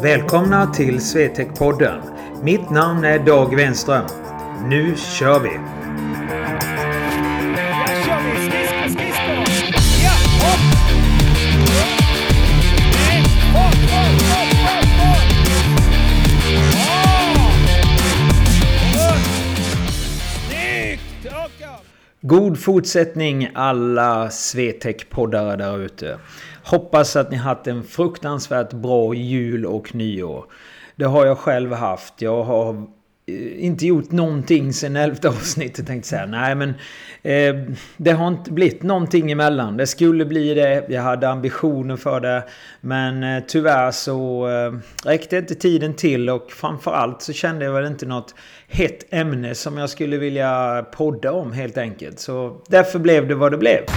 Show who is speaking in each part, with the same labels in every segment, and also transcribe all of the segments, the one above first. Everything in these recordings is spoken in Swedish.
Speaker 1: Välkomna till Swetec-podden. Mitt namn är Dag Wenström. Nu kör vi! God fortsättning alla Swetec-poddare där ute. Hoppas att ni haft en fruktansvärt bra jul och nyår. Det har jag själv haft. Jag har inte gjort någonting sedan 11:e avsnittet, tänkte säga. Nej, men det har inte blivit någonting emellan. Det skulle bli det. Jag hade ambitioner för det. Men tyvärr så räckte inte tiden till. Och framförallt så kände jag väl inte något hett ämne som jag skulle vilja podda om helt enkelt. Så därför blev det vad det blev.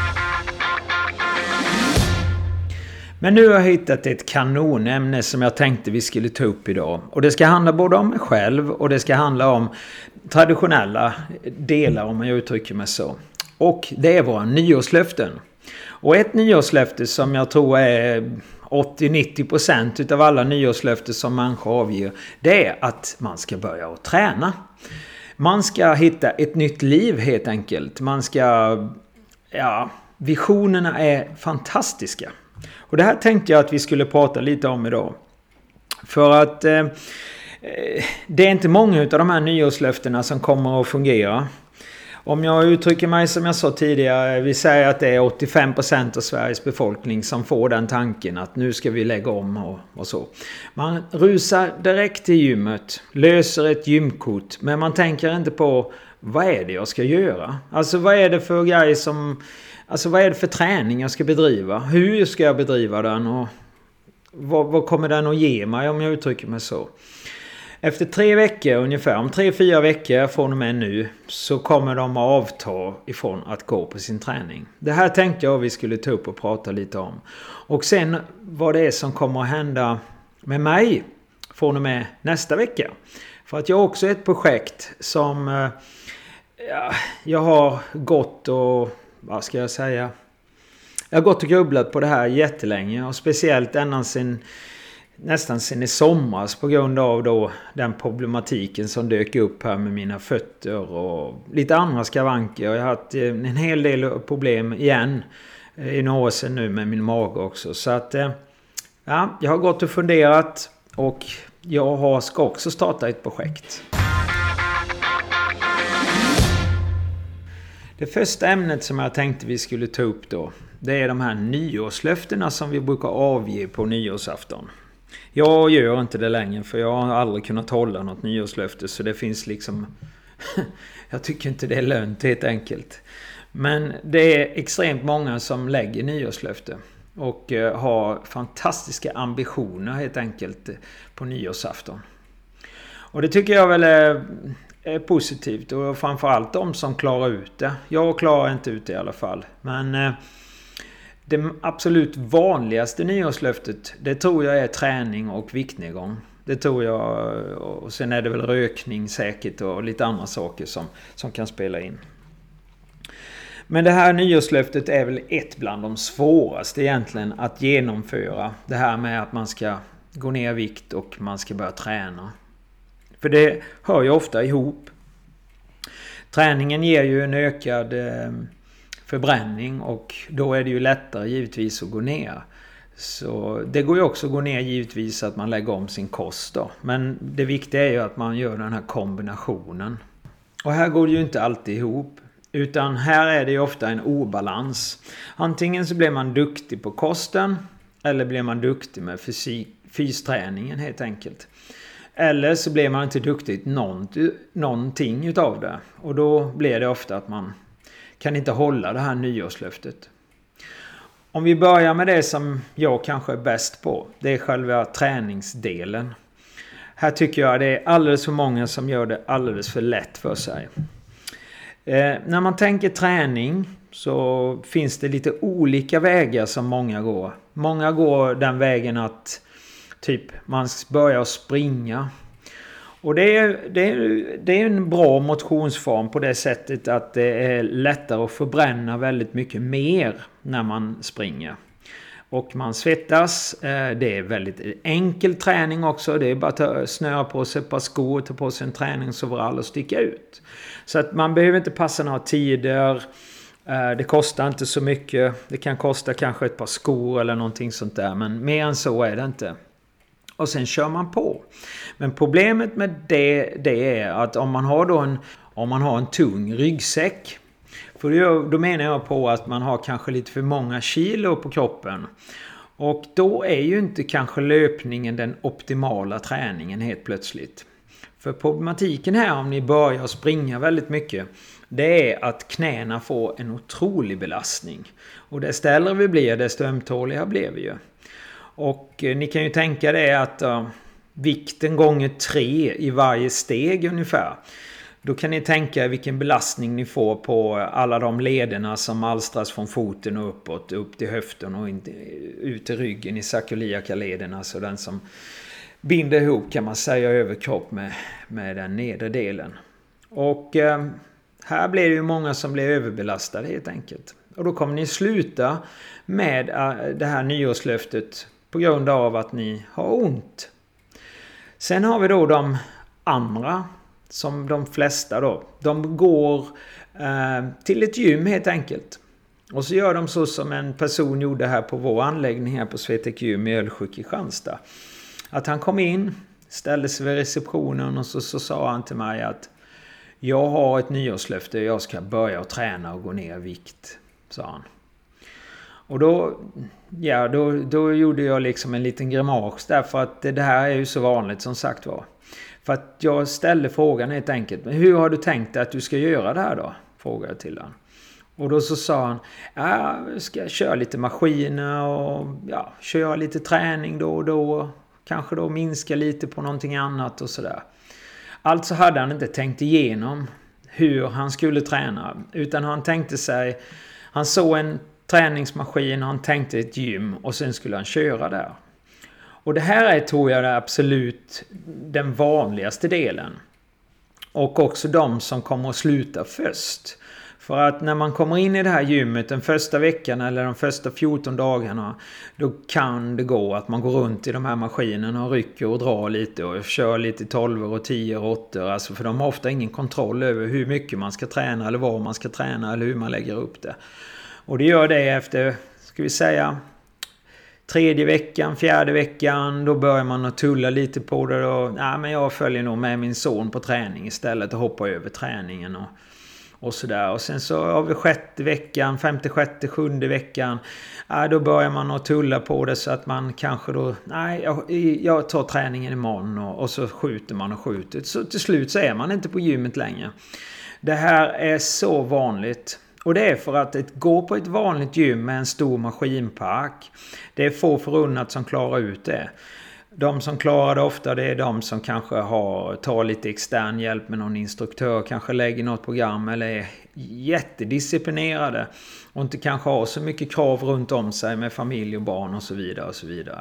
Speaker 1: Men nu har jag hittat ett kanonämne som jag tänkte vi skulle ta upp idag. Och det ska handla både om mig själv och det ska handla om traditionella delar, om jag uttrycker mig så. Och det är våra nyårslöften. Och ett nyårslöfte som jag tror är 80-90% av alla nyårslöften som människor avger, det är att man ska börja att träna. Man ska hitta ett nytt liv helt enkelt. Man ska, visionerna är fantastiska. Och det här tänkte jag att vi skulle prata lite om idag. För att det är inte många av de här nyårslöftena som kommer att fungera. Om jag uttrycker mig som jag sa tidigare, vi säger att det är 85% av Sveriges befolkning som får den tanken att nu ska vi lägga om och så. Man rusar direkt till gymmet, löser ett gymkort, men man tänker inte på vad är det jag ska göra? Alltså vad är det för grejer som... Alltså vad är det för träning jag ska bedriva? Hur ska jag bedriva den? Och vad kommer den att ge mig om jag uttrycker mig så? Efter 3 veckor ungefär, om 3-4 veckor från och med nu, så kommer de att avta ifrån att gå på sin träning. Det här tänkte jag vi skulle ta upp och prata lite om. Och sen vad det är som kommer att hända med mig från och med nästa vecka. För att jag har också ett projekt som jag har gått och... Vad ska jag säga? Jag har gått och grubblat på det här jättelänge. Och speciellt nästan sen i somras på grund av då den problematiken som dök upp här med mina fötter och lite andra skavanker. Jag har haft en hel del problem igen i några år sedan nu med min mage också. Så att jag har gått och funderat och jag ska också starta ett projekt. Det första ämnet som jag tänkte vi skulle ta upp då, det är de här nyårslöftena som vi brukar avge på nyårsafton. Jag gör inte det längre för jag har aldrig kunnat hålla något nyårslöfte, så det finns liksom... jag tycker inte det är lönt helt enkelt. Men det är extremt många som lägger nyårslöfte och har fantastiska ambitioner helt enkelt på nyårsafton. Och det tycker jag väl är positivt, och framförallt de som klarar ut det. Jag klarar inte ut det i alla fall. Men det absolut vanligaste nyårslöftet, det tror jag är träning och viktnedgång. Det tror jag, och sen är det väl rökning säkert och lite andra saker som kan spela in. Men det här nyårslöftet är väl ett bland de svåraste egentligen att genomföra. Det här med att man ska gå ner i vikt och man ska börja träna. För det hör ju ofta ihop. Träningen ger ju en ökad förbränning och då är det ju lättare givetvis att gå ner. Så det går ju också att gå ner givetvis att man lägger om sin kost då. Men det viktiga är ju att man gör den här kombinationen. Och här går det ju inte alltid ihop. Utan här är det ju ofta en obalans. Antingen så blir man duktig på kosten eller blir man duktig med fysträningen helt enkelt. Eller så blir man inte duktig någonting utav det. Och då blir det ofta att man kan inte hålla det här nyårslöftet. Om vi börjar med det som jag kanske är bäst på. Det är själva träningsdelen. Här tycker jag det är alldeles för många som gör det alldeles för lätt för sig. När man tänker träning så finns det lite olika vägar som många går. Många går den vägen att man börjar springa. Och det är en bra motionsform på det sättet att det är lättare att förbränna väldigt mycket mer när man springer. Och man svettas. Det är väldigt enkel träning också. Det är bara att snöra på sig ett par skor, ta på sig en träningsoverall och sticka ut. Så att man behöver inte passa några tider. Det kostar inte så mycket. Det kan kosta kanske ett par skor eller någonting sånt där. Men mer än så är det inte. Och sen kör man på. Men problemet med det är att om man har en tung ryggsäck. För då menar jag på att man har kanske lite för många kilo på kroppen. Och då är ju inte kanske löpningen den optimala träningen helt plötsligt. För problematiken här om ni börjar springa väldigt mycket. Det är att knäna får en otrolig belastning. Och desto äldre vi blir, desto ömtåliga blir vi ju. Och ni kan ju tänka det att vikten gånger 3 i varje steg ungefär. Då kan ni tänka vilken belastning ni får på alla de lederna som alstras från foten och uppåt, upp till höften och ut i ryggen i sacroiliaca-lederna. Så den som binder ihop kan man säga överkropp med den nedre delen. Och här blir det ju många som blir överbelastade helt enkelt. Och då kommer ni sluta med det här nyårslöftet på grund av att ni har ont. Sen har vi då de andra, som de flesta då. De går till ett gym helt enkelt. Och så gör de så som en person gjorde här på vår anläggning här på Swetec gym i Ölsjuk i Kristianstad. Att han kom in, ställde sig vid receptionen och så sa han till mig att jag har ett nyårslöfte, jag ska börja att träna och gå ner i vikt, sa han. Och då gjorde jag liksom en liten grimas därför att det här är ju så vanligt som sagt var. För att jag ställde frågan helt enkelt, men hur har du tänkt att du ska göra det här då? Frågade jag till han. Och då så sa han, jag ska köra lite maskiner och köra lite träning då och då. Kanske då minska lite på någonting annat och sådär. Alltså hade han inte tänkt igenom hur han skulle träna. Utan han såg en träningsmaskin, han tänkte ett gym och sen skulle han köra där. Och det här är, tror jag, absolut den vanligaste delen. Och också de som kommer att sluta först. För att när man kommer in i det här gymmet den första veckan eller de första 14 dagarna, då kan det gå att man går runt i de här maskinerna och rycker och drar lite och kör lite 12 och 10 och 8. Alltså för de har ofta ingen kontroll över hur mycket man ska träna eller var man ska träna eller hur man lägger upp det. Och det gör det efter, ska vi säga, 3:e veckan, 4:e veckan, då börjar man att tulla lite på det och men jag följer nog med min son på träning istället och hoppar över träningen och sådär. Och sen så har vi 6:e veckan, 5:e, 6:e, 7:e veckan, då börjar man att tulla på det så att man kanske då, jag tar träningen imorgon och så skjuter man och skjuter. Så till slut så är man inte på gymmet längre. Det här är så vanligt. Och det är för att gå på ett vanligt gym med en stor maskinpark, det är få förunnat som klarar ut det. De som klarar det ofta, det är de som kanske tar lite extern hjälp med någon instruktör, kanske lägger något program eller är jättedisciplinerade och inte kanske har så mycket krav runt om sig med familj och barn och så vidare och så vidare.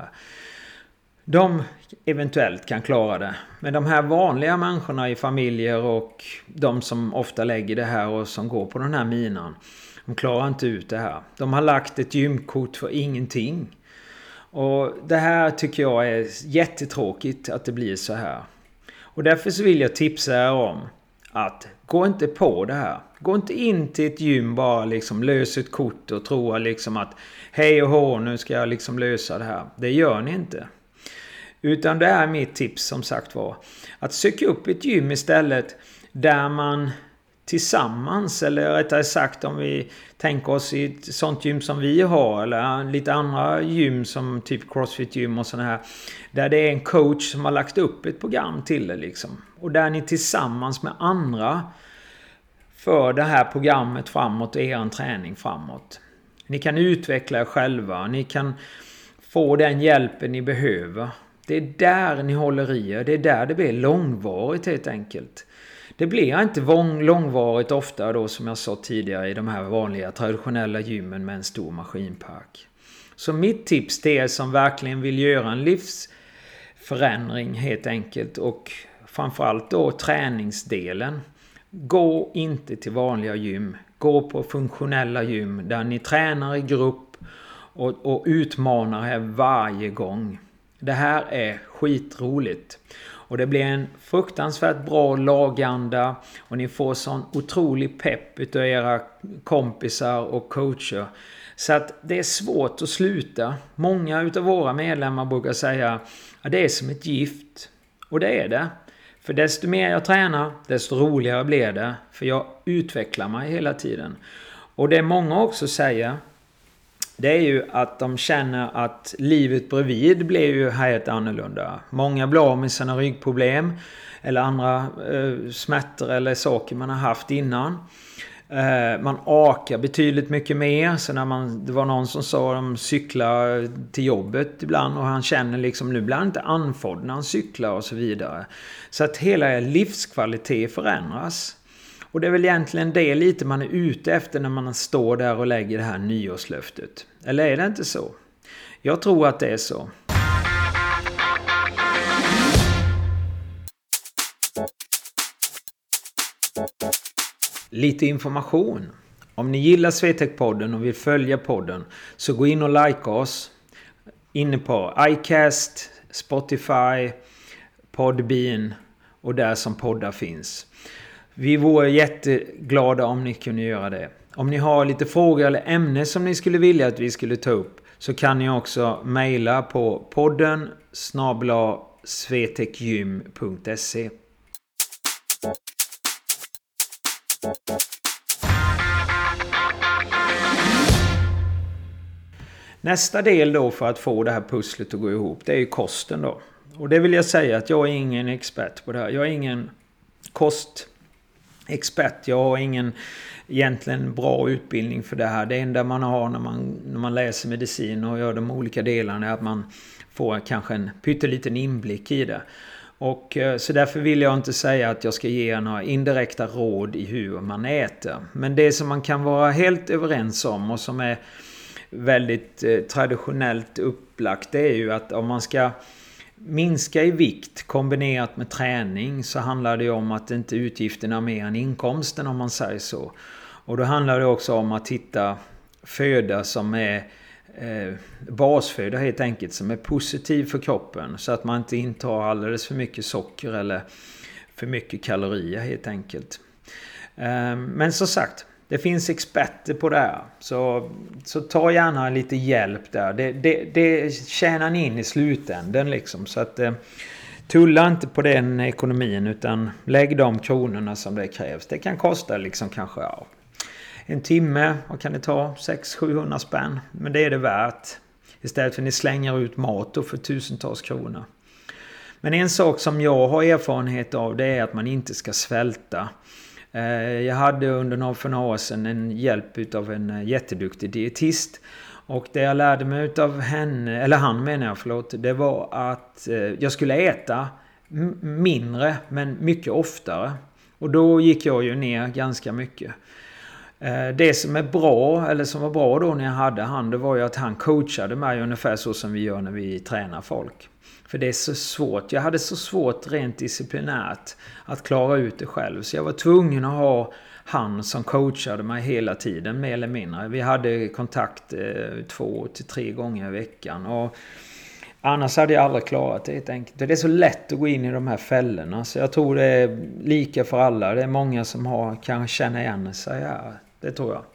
Speaker 1: De eventuellt kan klara det. Men de här vanliga människorna i familjer och de som ofta lägger det här och som går på den här minan, de klarar inte ut det här. De har lagt ett gymkort för ingenting. Och det här tycker jag är jättetråkigt att det blir så här. Och därför så vill jag tipsa er om att gå inte på det här. Gå inte in till ett gym bara liksom lös ett kort och tro liksom att hej och hå, nu ska jag liksom lösa det här. Det gör ni inte. Utan det är mitt tips som sagt var att söka upp ett gym istället där man tillsammans, eller rättare sagt om vi tänker oss i ett sånt gym som vi har eller lite andra gym som typ CrossFit gym och sådana här, där det är en coach som har lagt upp ett program till det liksom. Och där ni tillsammans med andra för det här programmet framåt och er träning framåt. Ni kan utveckla er själva, ni kan få den hjälpen ni behöver. Det är där ni håller i er. Det är där det blir långvarigt helt enkelt. Det blir inte långvarigt ofta då, som jag sa tidigare, i de här vanliga traditionella gymmen med en stor maskinpark. Så mitt tips till er som verkligen vill göra en livsförändring helt enkelt, och framförallt då träningsdelen. Gå inte till vanliga gym. Gå på funktionella gym där ni tränar i grupp och utmanar er varje gång. Det här är skitroligt. Och det blir en fruktansvärt bra laganda och ni får sån otrolig pepp utav era kompisar och coacher. Så att det är svårt att sluta. Många utav våra medlemmar brukar säga att det är som ett gift. Och det är det. För desto mer jag tränar, desto roligare blir det. För jag utvecklar mig hela tiden. Och det många också säger, det är ju att de känner att livet bredvid blir ju helt annorlunda. Många blir av med sina ryggproblem eller andra smärtor eller saker man har haft innan. Man akar betydligt mycket mer. Så när det var någon som sa att de cyklar till jobbet ibland och han känner liksom nu blir han inte andfådd när han cyklar och så vidare. Så att hela livskvalitet förändras. Och det är väl egentligen det lite man är ute efter när man står där och lägger det här nyårslöftet. Eller är det inte så? Jag tror att det är så. Lite information. Om ni gillar Swetec-podden och vill följa podden så gå in och like oss. Inne på iCast, Spotify, Podbean och där som poddar finns. Vi vore jätteglada om ni kunde göra det. Om ni har lite frågor eller ämnen som ni skulle vilja att vi skulle ta upp så kan ni också mejla på podden@swetecgym.se. Nästa del då för att få det här pusslet att gå ihop, det är ju kosten då. Och det vill jag säga att jag är ingen expert på det här. Jag är ingen kostexpert. Jag har ingen egentligen bra utbildning för det här. Det enda man har när man läser medicin och gör de olika delarna är att man får kanske en pytteliten inblick i det. Och så därför vill jag inte säga att jag ska ge några indirekta råd i hur man äter. Men det som man kan vara helt överens om och som är väldigt traditionellt upplagt, det är ju att om man ska minska i vikt kombinerat med träning så handlar det om att inte utgifterna är mer än inkomsten, om man säger så. Och då handlar det också om att hitta föda som är basföda helt enkelt, som är positiv för kroppen, så att man inte intar alldeles för mycket socker eller för mycket kalorier helt enkelt. Men som sagt, det finns experter på det här. Så ta gärna lite hjälp där. Det tjänar ni in i slutändan liksom. Så att tulla inte på den ekonomin utan lägg de kronorna som det krävs. Det kan kosta liksom kanske en timme. Vad kan det ta? 600-700 spänn. Men det är det värt. Istället för att ni slänger ut mat för tusentals kronor. Men en sak som jag har erfarenhet av, det är att man inte ska svälta. Jag hade för några år sedan en hjälp av en jätteduktig dietist. Och det jag lärde mig av henne, eller han menar jag, det var att jag skulle äta mindre men mycket oftare. Och då gick jag ju ner ganska mycket. Det som är bra, eller som var bra då när jag hade han, det var ju att han coachade mig ungefär så som vi gör när vi tränar folk. För det är så svårt. Jag hade så svårt rent disciplinärt att klara ut det själv. Så jag var tvungen att ha han som coachade mig hela tiden, mer eller mindre. Vi hade kontakt 2 till 3 gånger i veckan. Och annars hade jag aldrig klarat det helt enkelt. Det är så lätt att gå in i de här fällorna. Så jag tror det är lika för alla. Det är många som kan känna igen sig här. Det tror jag.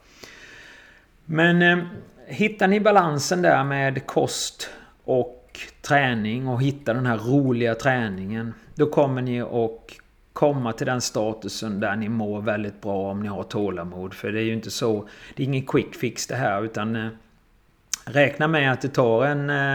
Speaker 1: Men hittar ni balansen där med kost och träning och hitta den här roliga träningen, då kommer ni att komma till den statusen där ni mår väldigt bra om ni har tålamod. För det är ju inte så, det är ingen quick fix det här, utan räkna med att det tar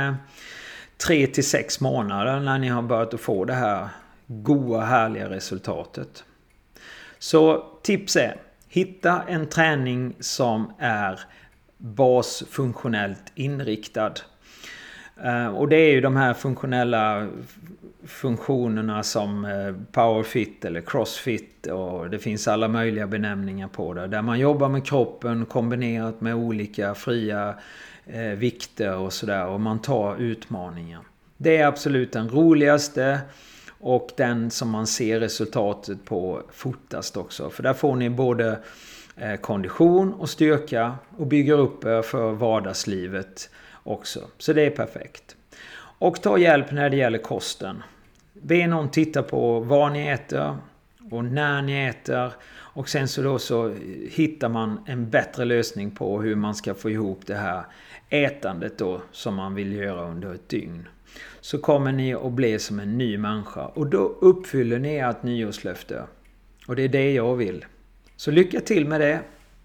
Speaker 1: 3 till 6 månader när ni har börjat att få det här goda härliga resultatet. Så tips är, hitta en träning som är basfunktionellt inriktad. Och det är ju de här funktionella funktionerna som powerfit eller crossfit, och det finns alla möjliga benämningar på det. Där man jobbar med kroppen kombinerat med olika fria vikter och sådär, och man tar utmaningar. Det är absolut den roligaste och den som man ser resultatet på fortast också. För där får ni både kondition och styrka och bygger upp er för vardagslivet också. Så det är perfekt. Och ta hjälp när det gäller kosten. Be någon titta på vad ni äter och när ni äter. Och sen så hittar man en bättre lösning på hur man ska få ihop det här ätandet då som man vill göra under ett dygn. Så kommer ni att bli som en ny människa. Och då uppfyller ni ert nyårslöfte. Och det är det jag vill. Så lycka till med det.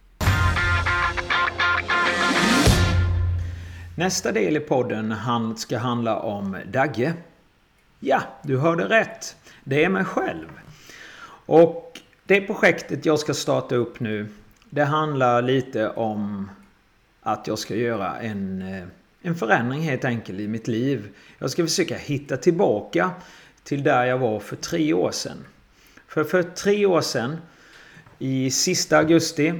Speaker 1: Nästa del i podden ska handla om Dagge. Ja, du hörde rätt. Det är mig själv. Och det projektet jag ska starta upp nu, det handlar lite om att jag ska göra en förändring helt enkelt i mitt liv. Jag ska försöka hitta tillbaka till där jag var för 3 år sedan. För 3 år sedan, i sista augusti,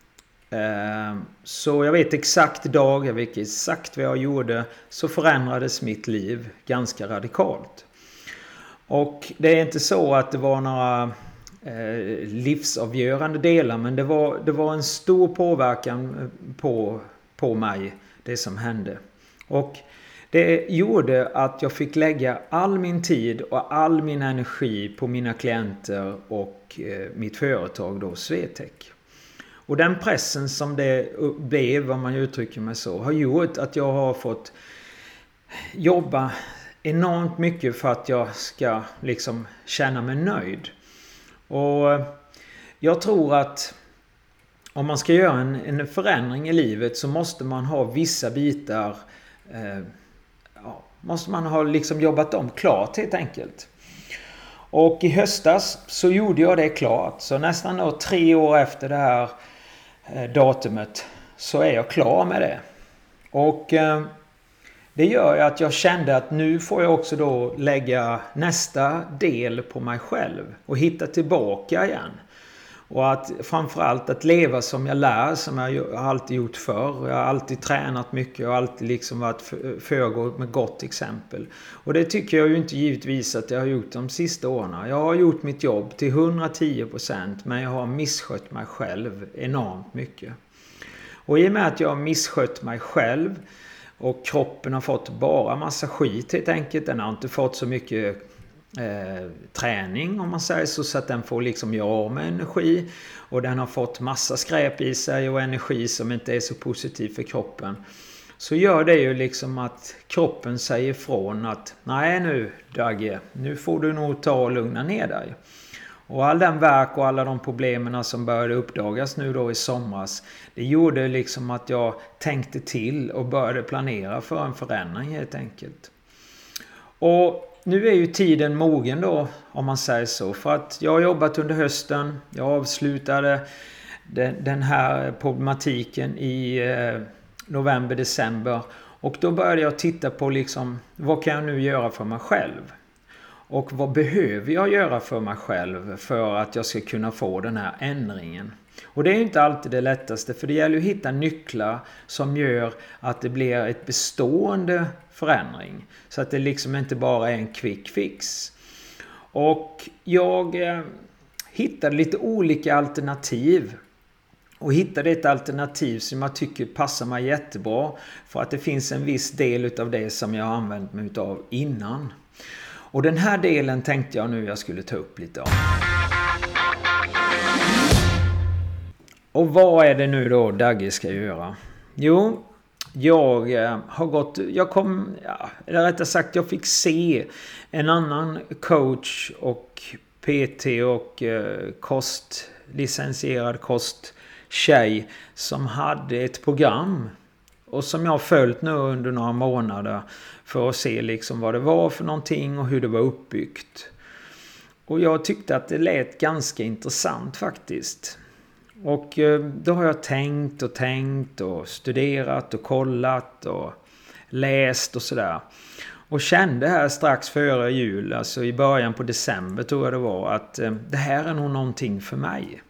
Speaker 1: så jag vet exakt dag, jag vet exakt vad jag gjorde, så förändrades mitt liv ganska radikalt. Och det är inte så att det var några livsavgörande delar, men det var en stor påverkan på mig, det som hände. Och det gjorde att jag fick lägga all min tid och all min energi på mina klienter och mitt företag då, Swetech. Och den pressen som det blev, om man uttrycker mig så, har gjort att jag har fått jobba enormt mycket för att jag ska liksom känna mig nöjd. Och jag tror att om man ska göra en förändring i livet så måste man ha vissa bitar, måste man ha liksom jobbat om klart helt enkelt. Och i höstas så gjorde jag det klart. Så nästan 3 år efter det här datumet så är jag klar med det. Och det gör ju att jag kände att nu får jag också då lägga nästa del på mig själv och hitta tillbaka igen. Och att framförallt att leva som jag lär, som jag alltid gjort förr. Jag har alltid tränat mycket och alltid liksom varit föregått med gott exempel. Och det tycker jag ju inte givetvis att jag har gjort de sista åren. Jag har gjort mitt jobb till 110%, men jag har misskött mig själv enormt mycket. Och i och med att jag har misskött mig själv och kroppen har fått bara massa skit helt enkelt. Den har inte fått så mycket träning om man säger så att den får liksom göra av med energi. Och den har fått massa skräp i sig och energi som inte är så positiv för kroppen. Så gör det ju liksom att kroppen säger ifrån att nej nu Dagge, nu får du nog ta och lugna ner dig. Och all den verk och alla de problemen som började uppdagas nu då i somras, det gjorde liksom att jag tänkte till och började planera för en förändring helt enkelt. Och nu är ju tiden mogen då, om man säger så. För att jag har jobbat under hösten, jag avslutade den här problematiken i november-december. Och då började jag titta på liksom, vad kan jag nu göra för mig själv? Och vad behöver jag göra för mig själv för att jag ska kunna få den här ändringen? Och det är inte alltid det lättaste, för det gäller att hitta nycklar som gör att det blir ett bestående förändring. Så att det liksom inte bara är en quick fix. Och jag hittade lite olika alternativ. Och hittade ett alternativ som jag tycker passar mig jättebra. För att det finns en viss del av det som jag har använt mig av innan. Och den här delen tänkte jag nu jag skulle ta upp lite om. Och vad är det nu då Dagge ska göra? Jo, jag fick se en annan coach och PT och licensierad kosttjej som hade ett program och som jag har följt nu under några månader för att se liksom vad det var för någonting och hur det var uppbyggt. Och jag tyckte att det lät ganska intressant faktiskt. Och då har jag tänkt och studerat och kollat och läst och sådär. Och kände här strax före jul, alltså i början på december tror jag det var, att det här är nog någonting för mig.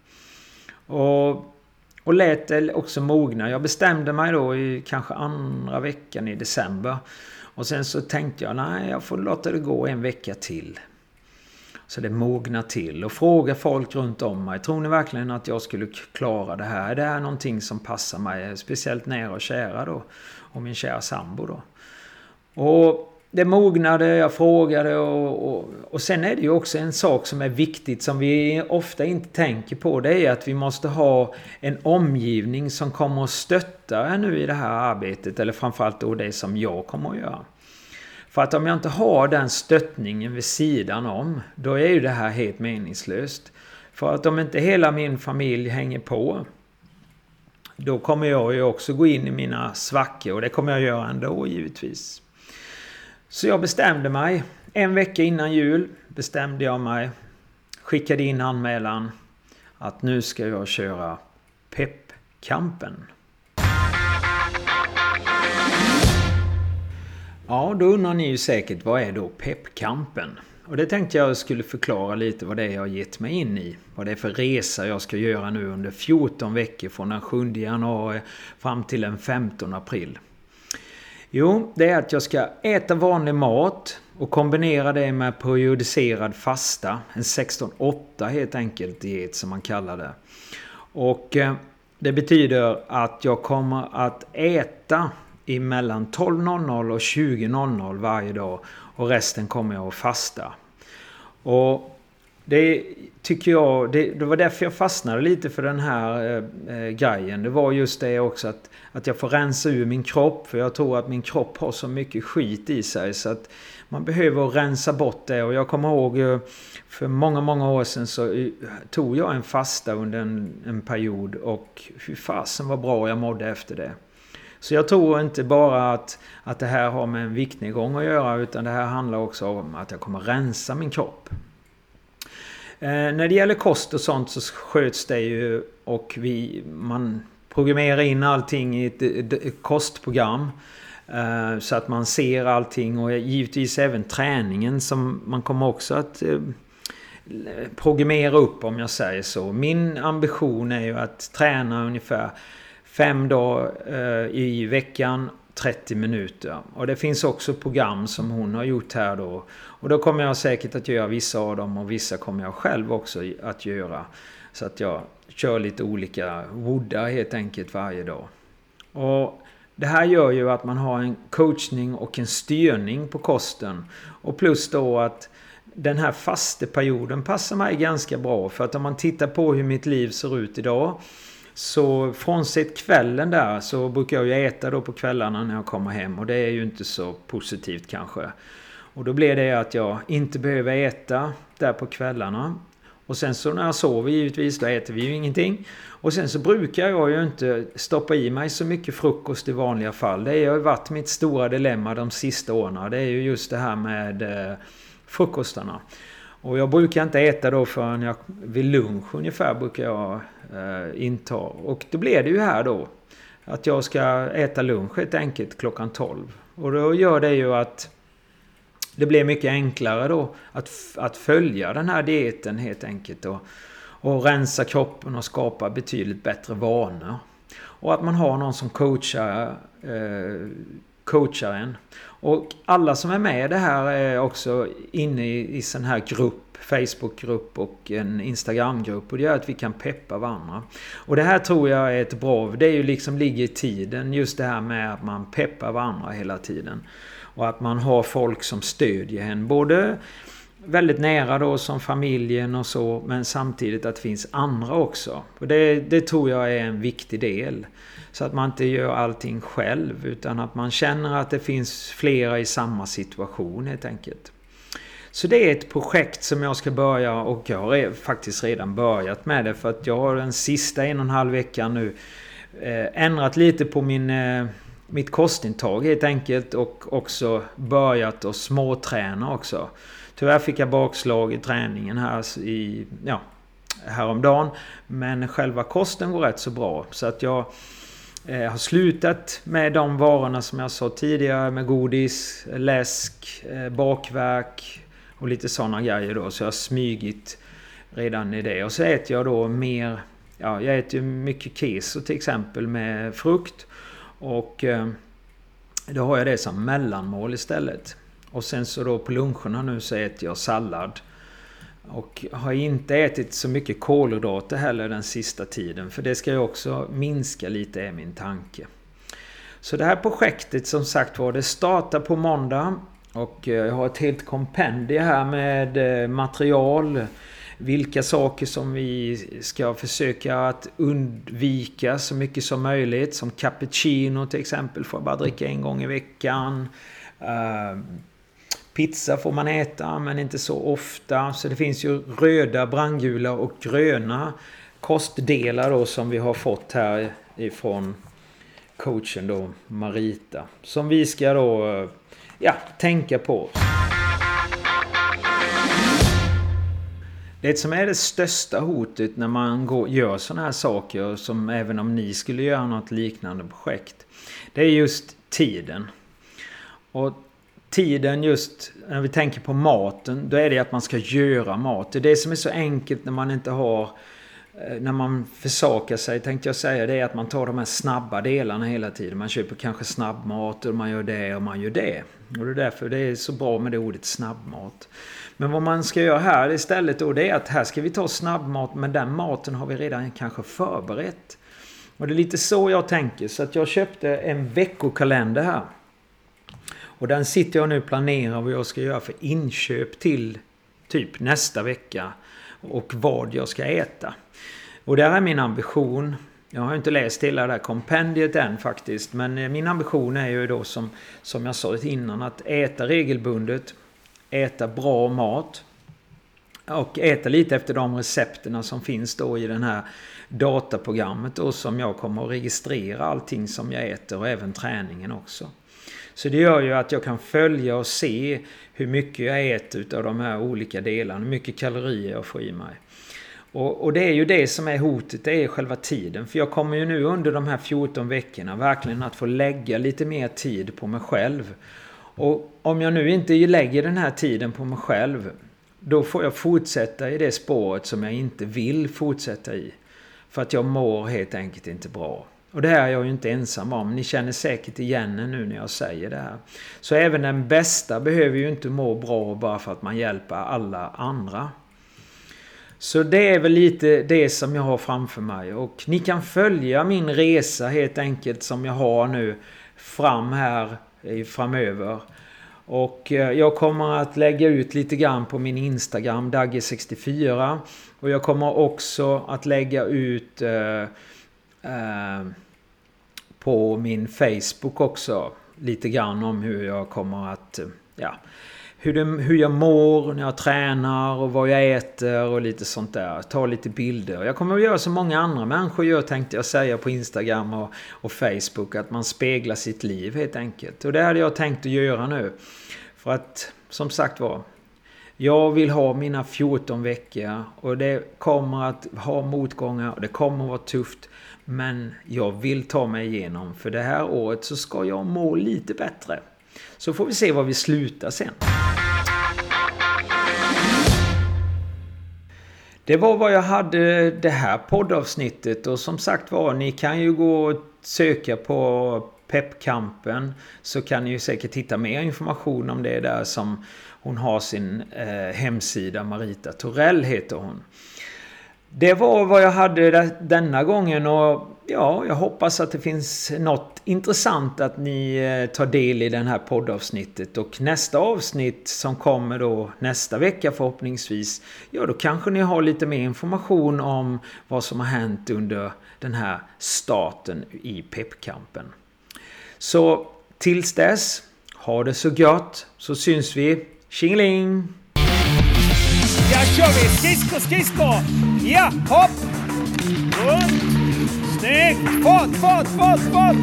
Speaker 1: Och lät det också mogna. Jag bestämde mig då i kanske andra veckan i december. Och sen så tänkte jag, nej jag får låta det gå en vecka till. Så det mognar till. Och fråga folk runt om mig. Tror ni verkligen att jag skulle klara det här? Är det här någonting som passar mig? Speciellt nära och kära då. Och min kära sambo då. Och det mognade, jag frågade och sen är det ju också en sak som är viktigt som vi ofta inte tänker på. Det är att vi måste ha en omgivning som kommer att stötta er nu i det här arbetet. Eller framförallt då det som jag kommer att göra. För att om jag inte har den stöttningen vid sidan om, då är ju det här helt meningslöst. För att om inte hela min familj hänger på, då kommer jag ju också gå in i mina svackor och det kommer jag göra ändå givetvis. Så jag bestämde mig, en vecka innan jul bestämde jag mig, skickade in anmälan att nu ska jag köra peppkampen. Ja, då undrar ni ju säkert, vad är då peppkampen? Och det tänkte jag skulle förklara lite vad det är jag har gett mig in i. Vad det är för resa jag ska göra nu under 14 veckor från den 7 januari fram till den 15 april. Jo, det är att jag ska äta vanlig mat och kombinera det med periodiserad fasta. En 16-8 helt enkelt diet som man kallar det. Och det betyder att jag kommer att äta mellan 12.00 och 20.00 varje dag och resten kommer jag att fasta. Och det tycker jag, det var därför jag fastnade lite för den här grejen. Det var just det också att jag får rensa ur min kropp. För jag tror att min kropp har så mycket skit i sig så att man behöver rensa bort det. Och jag kommer ihåg för många år sedan så tog jag en fasta under en period och hur fasen var bra jag mådde efter det. Så jag tror inte bara att det här har med en viktnedgång att göra utan det här handlar också om att jag kommer rensa min kropp. När det gäller kost och sånt så sköts det ju och man programmerar in allting i ett kostprogram så att man ser allting och givetvis även träningen som man kommer också att programmera upp om jag säger så. Min ambition är ju att träna ungefär 5 dagar i veckan, 30 minuter. Och det finns också program som hon har gjort här då. Och då kommer jag säkert att göra vissa av dem och vissa kommer jag själv också att göra. Så att jag kör lite olika woodar helt enkelt varje dag. Och det här gör ju att man har en coachning och en styrning på kosten. Och plus då att den här fasteperioden passar mig ganska bra. För att om man tittar på hur mitt liv ser ut idag. Så frånsett kvällen där så brukar jag ju äta då på kvällarna när jag kommer hem. Och det är ju inte så positivt kanske. Och då blir det att jag inte behöver äta där på kvällarna. Och sen så när jag sover givetvis då äter vi ju ingenting. Och sen så brukar jag ju inte stoppa i mig så mycket frukost i vanliga fall. Det har ju varit mitt stora dilemma de sista åren. Det är ju just det här med frukostarna. Och jag brukar inte äta då förrän vid lunch ungefär brukar jag inta. Och då blir det ju här då att jag ska äta lunch helt enkelt klockan 12. Och då gör det ju att det blir mycket enklare då att följa den här dieten helt enkelt. Och rensa kroppen och skapa betydligt bättre vanor. Och att man har någon som coachar en. Och alla som är med det här är också inne i sån här grupp, Facebookgrupp och en Instagramgrupp. Och det gör att vi kan peppa varandra. Och det här tror jag är ett bra, det är ju liksom ligger i tiden. Just det här med att man peppar varandra hela tiden. Och att man har folk som stödjer en. Både väldigt nära då som familjen och så. Men samtidigt att det finns andra också. Och det tror jag är en viktig del. Så att man inte gör allting själv. Utan att man känner att det finns flera i samma situation helt enkelt. Så det är ett projekt som jag ska börja. Och jag har faktiskt redan börjat med det. För att jag har den sista 1,5 veckan nu ändrat lite på mitt kostintag helt enkelt. Och också börjat att småträna också. Tyvärr fick jag bakslag i träningen häromdagen. Men själva kosten går rätt så bra. Så att jag har slutat med de varorna som jag sa tidigare. Med godis, läsk, bakverk och lite sådana grejer då. Så jag har smygit redan i det. Och så äter jag då mer. Ja, jag äter mycket keso till exempel med frukt. Och då har jag det som mellanmål istället. Och sen så då på luncherna nu så äter jag sallad. Och har inte ätit så mycket kolhydrater heller den sista tiden. För det ska ju också minska lite, är min tanke. Så det här projektet som sagt var, det startar på måndag. Och jag har ett helt kompendium här med material. Vilka saker som vi ska försöka att undvika så mycket som möjligt. Som cappuccino till exempel får jag bara dricka en gång i veckan. Pizza får man äta men inte så ofta. Så det finns ju röda, brandgula och gröna kostdelar då som vi har fått här ifrån coachen då, Marita. Som vi ska då tänka på. Det som är det största hotet när man gör sådana här saker, som även om ni skulle göra något liknande projekt, det är just tiden. Och tiden just när vi tänker på maten, då är det att man ska göra mat. Det är det som är så enkelt när man inte har, när man försakar sig, tänkte jag säga, det är att man tar de här snabba delarna hela tiden. Man köper kanske snabbmat och man gör det och man gör det. Och det är därför det är så bra med det ordet snabbmat. Men vad man ska göra här istället då, det är att här ska vi ta snabbmat, men den maten har vi redan kanske förberett. Och det är lite så jag tänker, så att jag köpte en veckokalender här. Och den sitter jag nu och planerar vad jag ska göra för inköp till typ nästa vecka. Och vad jag ska äta. Och det här är min ambition. Jag har inte läst hela det här kompendiet än faktiskt. Men min ambition är ju då som jag sa innan, att äta regelbundet. Äta bra mat. Och äta lite efter de recepterna som finns då i den här dataprogrammet då, som jag kommer att registrera allting som jag äter och även träningen också. Så det gör ju att jag kan följa och se hur mycket jag äter av de här olika delarna. Hur mycket kalorier jag får i mig. Och det är ju det som är hotet, det är själva tiden. För jag kommer ju nu under de här 14 veckorna verkligen att få lägga lite mer tid på mig själv. Och om jag nu inte lägger den här tiden på mig själv, då får jag fortsätta i det spåret som jag inte vill fortsätta i. För att jag mår helt enkelt inte bra. Och det här är jag ju inte ensam om. Ni känner säkert igen nu när jag säger det här. Så även den bästa behöver ju inte må bra bara för att man hjälper alla andra. Så det är väl lite det som jag har framför mig. Och ni kan följa min resa helt enkelt som jag har nu framöver. Och jag kommer att lägga ut lite grann på min Instagram, Dagge64. Och jag kommer också att lägga ut på min Facebook också lite grann om hur jag kommer att hur jag mår när jag tränar och vad jag äter och lite sånt där. Ta lite bilder. Jag kommer att göra som många andra människor gör, tänkte jag säga, på Instagram och Facebook, att man speglar sitt liv helt enkelt. Och det hade jag tänkt att göra nu. För att, som sagt var, jag vill ha mina 14 veckor och det kommer att ha motgångar och det kommer att vara tufft. Men jag vill ta mig igenom, för det här året så ska jag må lite bättre. Så får vi se var vi slutar sen. Det var vad jag hade det här poddavsnittet. Och som sagt var, ni kan ju gå och söka på Peppkampen. Så kan ni ju säkert hitta mer information om det där, som hon har sin hemsida. Marita Torell heter hon. Det var vad jag hade denna gången, och ja, jag hoppas att det finns något intressant att ni tar del i den här poddavsnittet. Och nästa avsnitt som kommer då nästa vecka förhoppningsvis, ja, då kanske ni har lite mer information om vad som har hänt under den här starten i Peppkampen. Så tills dess, ha det så gott, så syns vi. Tjingeling!
Speaker 2: Ja, kör vi! Skridsko! Ja, hopp! Runt! Snyggt! Fart!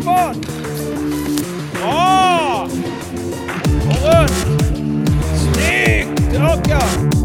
Speaker 2: Bra! Och runt! Snyggt! Raka!